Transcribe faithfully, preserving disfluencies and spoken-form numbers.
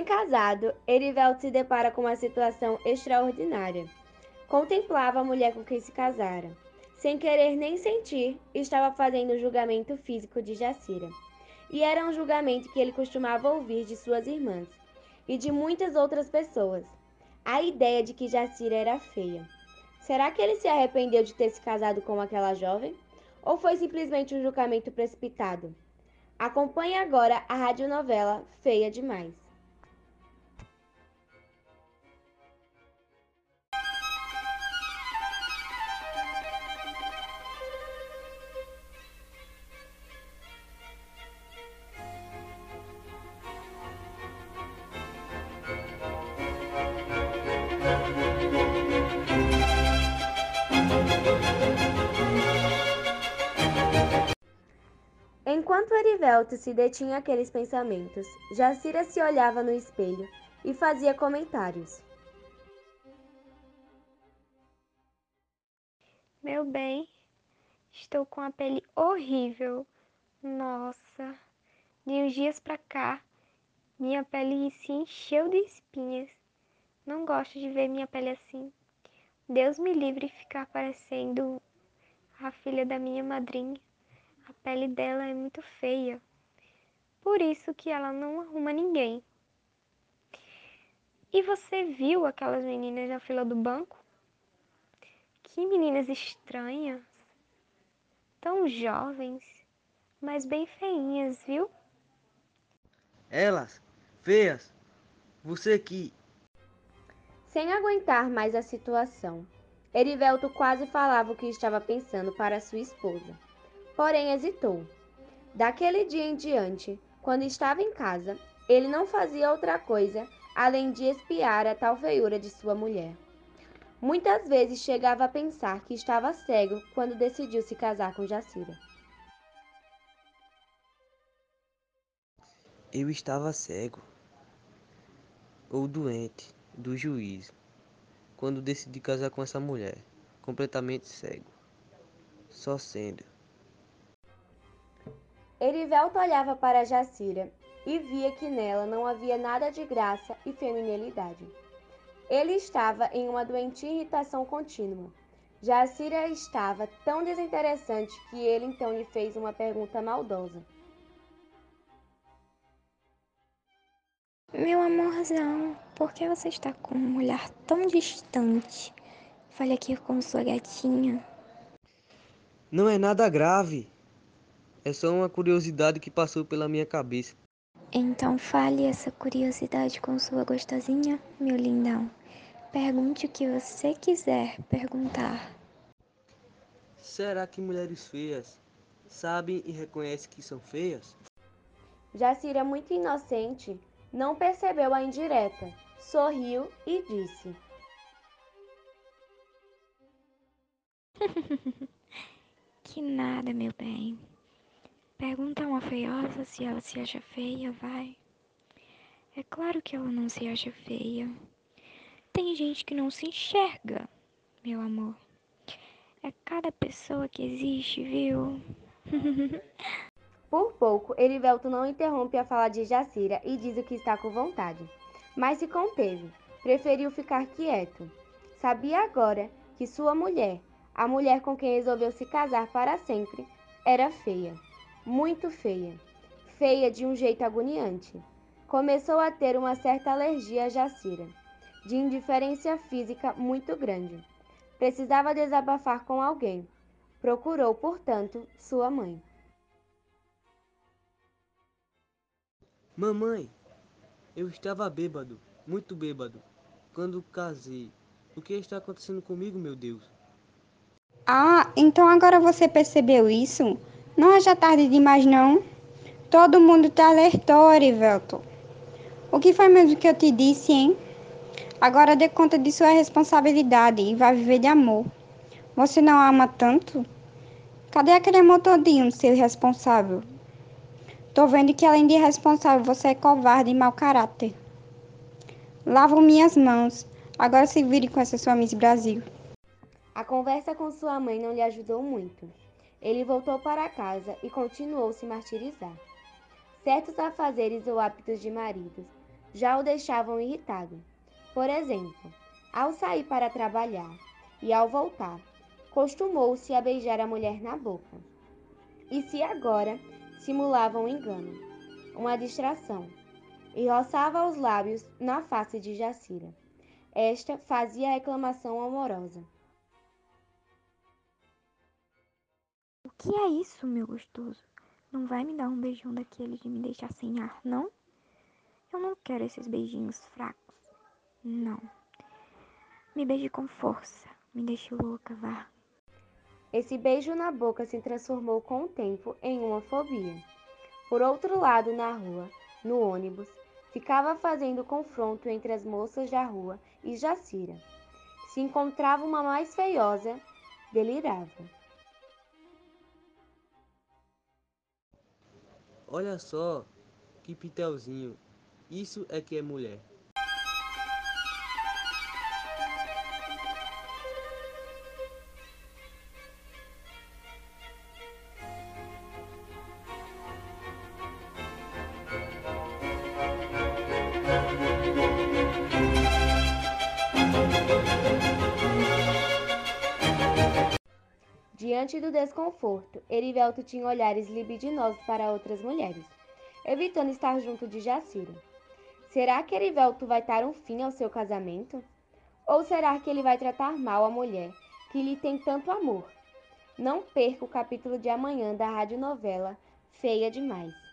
Recém-casado, Erivelto se depara com uma situação extraordinária. Contemplava a mulher com quem se casara. Sem querer nem sentir, estava fazendo o julgamento físico de Jacira. E era um julgamento que ele costumava ouvir de suas irmãs e de muitas outras pessoas. A ideia de que Jacira era feia. Será que ele se arrependeu de ter se casado com aquela jovem? Ou foi simplesmente um julgamento precipitado? Acompanhe agora a radionovela Feia Demais. Enquanto Erivelto se detinha aqueles pensamentos, Jacira se olhava no espelho e fazia comentários. Meu bem, estou com a pele horrível. Nossa, de uns dias pra cá, minha pele se encheu de espinhas. Não gosto de ver minha pele assim. Deus me livre de ficar parecendo a filha da minha madrinha. A pele dela é muito feia. Por isso que ela não arruma ninguém. E você viu aquelas meninas na fila do banco? Que meninas estranhas. Tão jovens, mas bem feinhas, viu? Elas, feias, você que... Sem aguentar mais a situação, Erivelto quase falava o que estava pensando para sua esposa. Porém hesitou. Daquele dia em diante, quando estava em casa, ele não fazia outra coisa além de espiar a tal feiura de sua mulher. Muitas vezes chegava a pensar que estava cego quando decidiu se casar com Jacira. Eu estava cego ou doente do juízo quando decidi casar com essa mulher, completamente cego, só sendo. Erivelto olhava para Jacira e via que nela não havia nada de graça e feminilidade. Ele estava em uma doentia irritação contínua. Jacira estava tão desinteressante que ele então lhe fez uma pergunta maldosa. Meu amorzão, por que você está com um olhar tão distante? Fale aqui com sua gatinha. Não é nada grave, é só uma curiosidade que passou pela minha cabeça. Então fale essa curiosidade com sua gostosinha, meu lindão. Pergunte o que você quiser perguntar. Será que mulheres feias sabem e reconhecem que são feias? Jacira, muito inocente, não percebeu a indireta, sorriu e disse: Que nada, meu bem. Pergunta a uma feiosa se ela se acha feia, vai. É claro que ela não se acha feia. Tem gente que não se enxerga, meu amor. É cada pessoa que existe, viu? Por pouco, Erivelto não interrompe a fala de Jacira e diz o que está com vontade. Mas se conteve, preferiu ficar quieto. Sabia agora que sua mulher, a mulher com quem resolveu se casar para sempre, era feia. Muito feia. Feia de um jeito agoniante. Começou a ter uma certa alergia a Jacira, de indiferença física muito grande. Precisava desabafar com alguém. Procurou, portanto, sua mãe. Mamãe, eu estava bêbado, muito bêbado, quando casei. O que está acontecendo comigo, meu Deus? Ah, então agora você percebeu isso? Não é já tarde demais, não? Todo mundo te alertou, Erivelto. O que foi mesmo que eu te disse, hein? Agora dê conta de sua responsabilidade e vá viver de amor. Você não a ama tanto? Cadê aquele amor todinho, seu irresponsável? Tô vendo que além de irresponsável, você é covarde e mau caráter. Lavo minhas mãos. Agora se vire com essa sua Miss Brasil. A conversa com sua mãe não lhe ajudou muito. Ele voltou para casa e continuou se martirizar. Certos afazeres ou hábitos de maridos já o deixavam irritado. Por exemplo, ao sair para trabalhar e ao voltar, costumou-se a beijar a mulher na boca. E se agora simulava um engano, uma distração, e roçava os lábios na face de Jacira. Esta fazia reclamação amorosa. O que é isso, meu gostoso? Não vai me dar um beijão daquele de me deixar sem ar, não? Eu não quero esses beijinhos fracos. Não. Me beije com força. Me deixe louca, vá. Esse beijo na boca se transformou com o tempo em uma fobia. Por outro lado, na rua, no ônibus, ficava fazendo confronto entre as moças da rua e Jacira. Se encontrava uma mais feiosa, delirava. Olha só, que pitelzinho. Isso é que é mulher. Diante do desconforto, Erivelto tinha olhares libidinosos para outras mulheres, evitando estar junto de Jacira. Será que Erivelto vai dar um fim ao seu casamento? Ou será que ele vai tratar mal a mulher que lhe tem tanto amor? Não perca o capítulo de amanhã da radionovela Feia Demais.